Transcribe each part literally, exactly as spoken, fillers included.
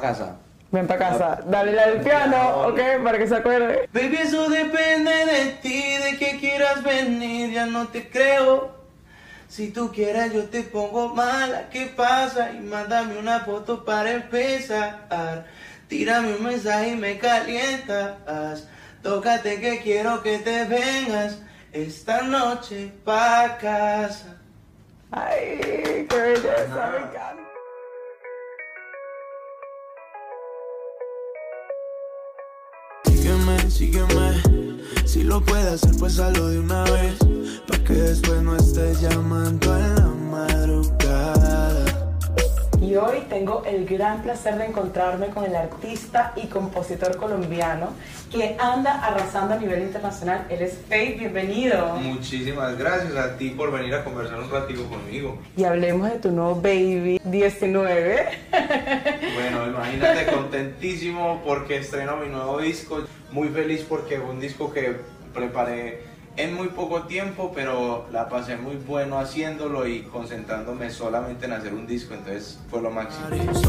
casa. Ven pa' casa, dale la del piano, ok, para que se acuerde. Baby, eso depende de ti, de que quieras venir, ya no te creo. Si tú quieres yo te pongo mala, ¿qué pasa? Y mándame una foto para empezar. Tírame un mensaje y me calientas. Tócate que quiero que te vengas esta noche pa' casa. Ay, qué belleza, me encanta. Sígueme, sígueme, si lo puedes hacer pues hazlo de una vez, pa' que después no estés llamando en la madrugada. Y hoy tengo el gran placer de encontrarme con el artista y compositor colombiano que anda arrasando a nivel internacional. Él es Feid, bienvenido. Muchísimas gracias a ti por venir a conversar un ratito conmigo. Y hablemos de tu nuevo baby, diecinueve. Bueno, imagínate, contentísimo porque estreno mi nuevo disco. Muy feliz porque fue un disco que preparé en muy poco tiempo, pero la pasé muy bueno haciéndolo y concentrándome solamente en hacer un disco, entonces fue lo máximo.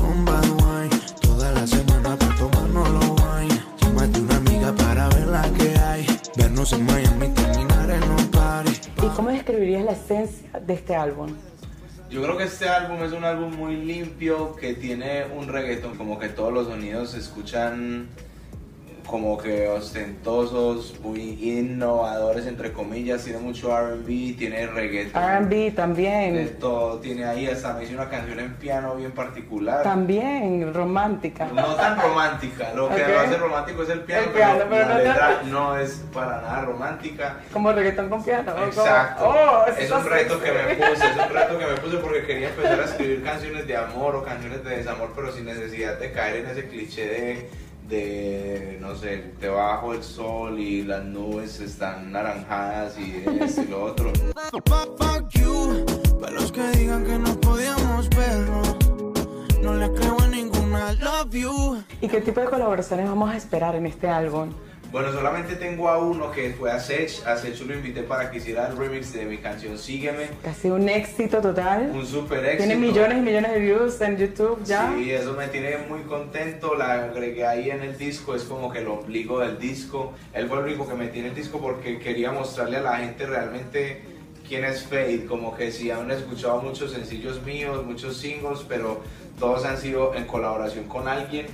Toda la semana para tomarnos los wine. Llámate una amiga para ver la que hay. Vernos en Miami, terminar en un party. ¿Y cómo describirías la esencia de este álbum? Yo creo que este álbum es un álbum muy limpio, que tiene un reggaetón, como que todos los sonidos se escuchan como que ostentosos, muy innovadores entre comillas, tiene mucho R and B, tiene reggaetón. R and B también. De todo, tiene ahí, hasta me hice una canción en piano bien particular. También, romántica. No tan romántica, lo que Okay. lo hace romántico es el piano, El piano, pero, pero la no letra tan- no es para nada romántica. Como reggaetón con piano. ¿O Exacto. cómo? Oh, es un reto que me puse, es un reto que me puse porque quería empezar a escribir canciones de amor o canciones de desamor, pero sin necesidad de caer en ese cliché de de, no sé, debajo del sol y las nubes están naranjadas y esto y lo otro. Fuck you, para los que digan que no podíamos vernos, no le creo a ninguna, love you. ¿Y qué tipo de colaboraciones vamos a esperar en este álbum? Bueno, solamente tengo a uno que fue a Sech. A Sech lo invité para que hiciera el remix de mi canción Sígueme. Ha sido un éxito total. Un super éxito. Tiene millones y millones de views en YouTube ya. Sí, eso me tiene muy contento. La agregué ahí en el disco, es como que el ombligo del disco. Él fue el único que metí en el disco porque quería mostrarle a la gente realmente quién es Feid. Como que sí, han escuchado muchos sencillos míos, muchos singles, pero todos han sido en colaboración con alguien.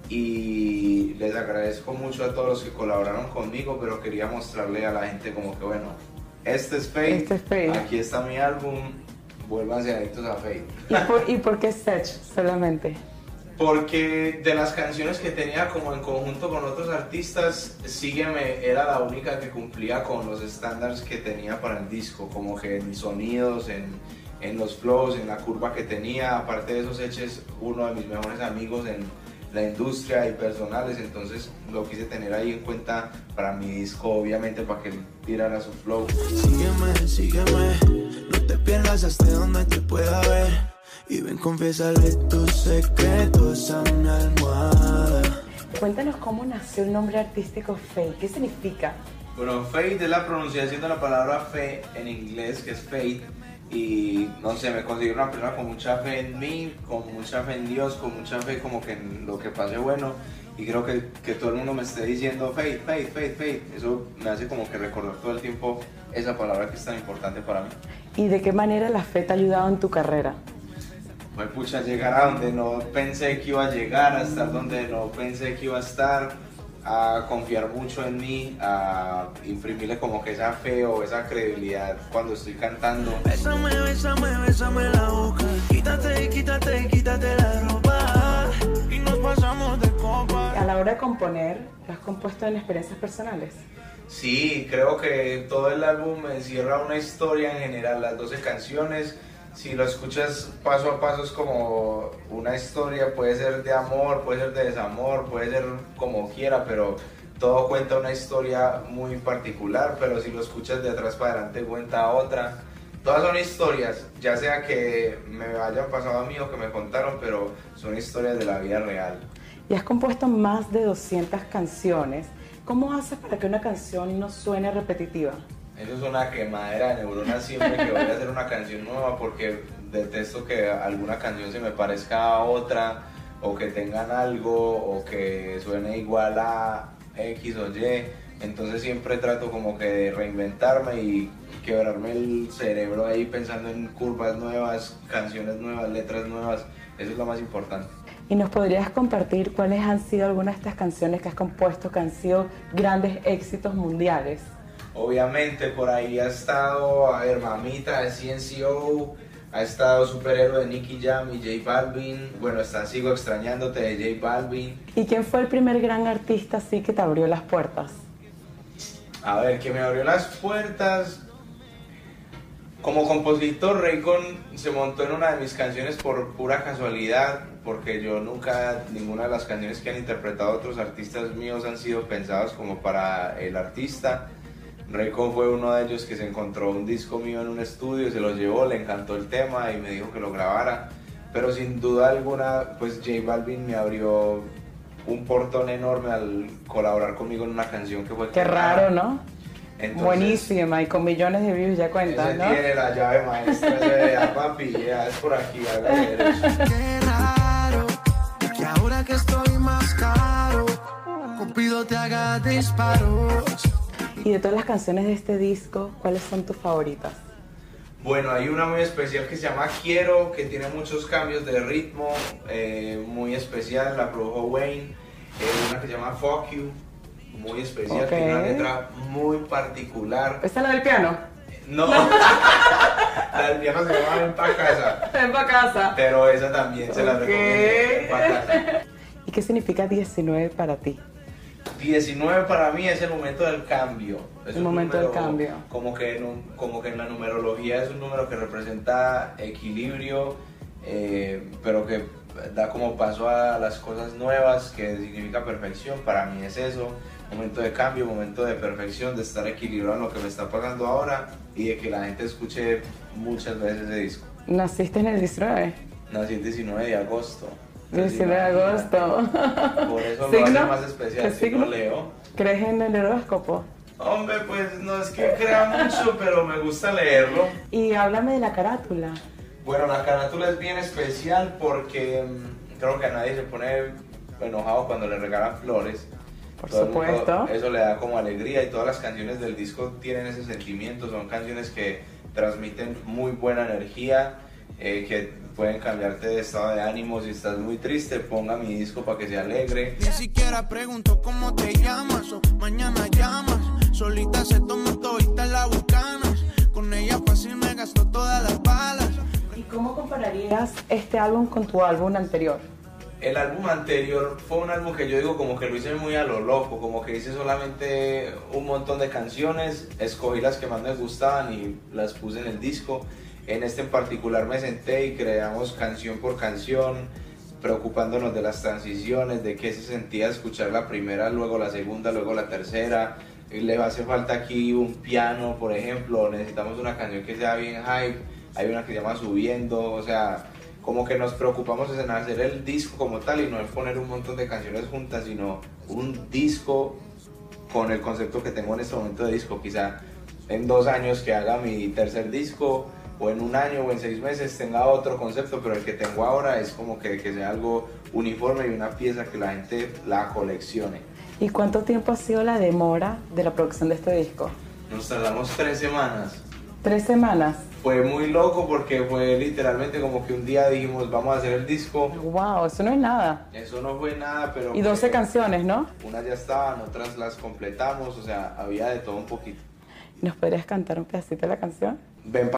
Y les agradezco mucho a todos los que colaboraron conmigo, pero quería mostrarle a la gente como que bueno, este es Feid, Este es Feid. aquí está mi álbum, vuélvanse adictos a Feid. ¿Y por, ¿Y por qué Sech solamente? Porque de las canciones que tenía como en conjunto con otros artistas, Sígueme era la única que cumplía con los estándares que tenía para el disco, como que en sonidos, en, en los flows, en la curva que tenía. Aparte de eso, Sech es uno de mis mejores amigos en la industria y personales, entonces lo quise tener ahí en cuenta para mi disco, obviamente para que él tirara su flow. Sígueme, sígueme, no te pierdas hasta donde te pueda ver. Y ven, confiésale tus secretos a mi almohada. Cuéntanos cómo nació el nombre artístico Feid. ¿Qué significa? Bueno, Feid es la pronunciación de la palabra fe en inglés, que es Feid. Y no sé, me considero una persona con mucha fe en mí, con mucha fe en Dios, con mucha fe como que en lo que pase bueno. Y creo que, que todo el mundo me esté diciendo Feid, Feid, Feid, Feid. Eso me hace como que recordar todo el tiempo esa palabra que es tan importante para mí. ¿Y de qué manera la fe te ha ayudado en tu carrera? Pues pucha, llegar a donde no pensé que iba a llegar, a estar donde no pensé que iba a estar, a confiar mucho en mí, a imprimirle como que esa fe o esa credibilidad cuando estoy cantando. Bésame, bésame, bésame la boca. Quítate, quítate, quítate la ropa. Y nos pasamos de copa. A la hora de componer, ¿lo has compuesto en experiencias personales? Sí, creo que todo el álbum encierra una historia en general, las doce canciones. Si lo escuchas paso a paso es como una historia, puede ser de amor, puede ser de desamor, puede ser como quiera, pero todo cuenta una historia muy particular. Pero si lo escuchas de atrás para adelante cuenta otra. Todas son historias, ya sea que me hayan pasado a mí o que me contaron, pero son historias de la vida real. Y has compuesto más de doscientas canciones. ¿Cómo haces para que una canción no suene repetitiva? Eso es una quemadera de neuronas siempre que voy a hacer una canción nueva, porque detesto que alguna canción se me parezca a otra, o que tengan algo o que suene igual a X o Y. Entonces siempre trato como que de reinventarme y quebrarme el cerebro ahí pensando en curvas nuevas, canciones nuevas, letras nuevas. Eso es lo más importante. ¿Y nos podrías compartir cuáles han sido algunas de estas canciones que has compuesto que han sido grandes éxitos mundiales? Obviamente por ahí ha estado, a ver, Mamita de C N C O, ha estado Superhéroe de Nicky Jam y J Balvin, bueno, está Sigo Extrañándote de J Balvin. ¿Y quién fue el primer gran artista así que te abrió las puertas? A ver, que me abrió las puertas. Como compositor, Raycon se montó en una de mis canciones por pura casualidad, porque yo nunca, ninguna de las canciones que han interpretado otros artistas míos han sido pensadas como para el artista. Raycon fue uno de ellos que se encontró un disco mío en un estudio, se lo llevó, le encantó el tema y me dijo que lo grabara. Pero sin duda alguna, pues J Balvin me abrió un portón enorme al colaborar conmigo en una canción que fue... Qué raro, ¿no? Entonces, buenísima y con millones de views ya cuentas, ¿no? Tiene la llave maestra, ese de a papi, ya es por aquí, hágale derecho. Qué raro, que ahora que estoy más caro, Cupido te haga disparos. Y de todas las canciones de este disco, ¿cuáles son tus favoritas? Bueno, hay una muy especial que se llama Quiero, que tiene muchos cambios de ritmo, eh, muy especial, la produjo Wayne. Eh, una que se llama Fuck You, muy especial, Okay. tiene una letra muy particular. ¿Esta es la del piano? No, la del piano se llama Ven pa' casa, Ven pa' casa. pero esa también se la Ok. recomiendo, Ven pa' casa. ¿Y qué significa diecinueve para ti? diecinueve para mí es el momento del cambio. Es El un momento del número, cambio. Como que, en un- como que en la numerología es un número que representa equilibrio, eh, pero que da como paso a las cosas nuevas, que significa perfección. Para mí es eso, momento de cambio, momento de perfección, de estar equilibrado en lo que me está pasando ahora y de que la gente escuche muchas veces ese disco. ¿Naciste en el diecinueve? Nací el diecinueve de agosto. diecinueve de Imagínate. agosto. Por eso lo ¿Signo? hace más especial. ¿Qué Signo signo? Leo. ¿Crees en el horóscopo? Hombre, pues no es que crea mucho, pero me gusta leerlo. Y háblame de la carátula. Bueno, la carátula es bien especial porque mm, creo que a nadie se pone enojado cuando le regalan flores. Por Todo el mundo- supuesto. eso le da como alegría y todas las canciones del disco tienen ese sentimiento. Son canciones que transmiten muy buena energía, eh, que pueden cambiarte de estado de ánimo. Si estás muy triste, ponga mi disco para que se alegre. Ni siquiera pregunto cómo te llamas o mañana llamas. Solita se toma todita la bucanas. Con ella fácil me gastó todas las balas. ¿Y cómo compararías este álbum con tu álbum anterior? El álbum anterior fue un álbum que yo digo como que lo hice muy a lo loco, como que hice solamente un montón de canciones, escogí las que más me gustaban y las puse en el disco. En este en particular me senté y creamos canción por canción, preocupándonos de las transiciones, de qué se sentía escuchar la primera, luego la segunda, luego la tercera. Le hace falta aquí un piano, por ejemplo, necesitamos una canción que sea bien hype, hay una que se llama Subiendo, o sea, como que nos preocupamos en hacer el disco como tal y no en poner un montón de canciones juntas, sino un disco con el concepto que tengo en este momento de disco. Quizá en dos años que haga mi tercer disco, o en un año o en seis meses tenga otro concepto, pero el que tengo ahora es como que, que sea algo uniforme y una pieza que la gente la coleccione. ¿Y cuánto tiempo ha sido la demora de la producción de este disco? Nos tardamos tres semanas. ¿Tres semanas? Fue muy loco porque fue literalmente como que un día dijimos vamos a hacer el disco. Wow, eso no es nada. Eso no fue nada, pero... Y doce fue- canciones, ¿no? Unas ya estaban, otras las completamos, o sea, había de todo un poquito. ¿Nos podrías cantar un pedacito de la canción? Ven pa'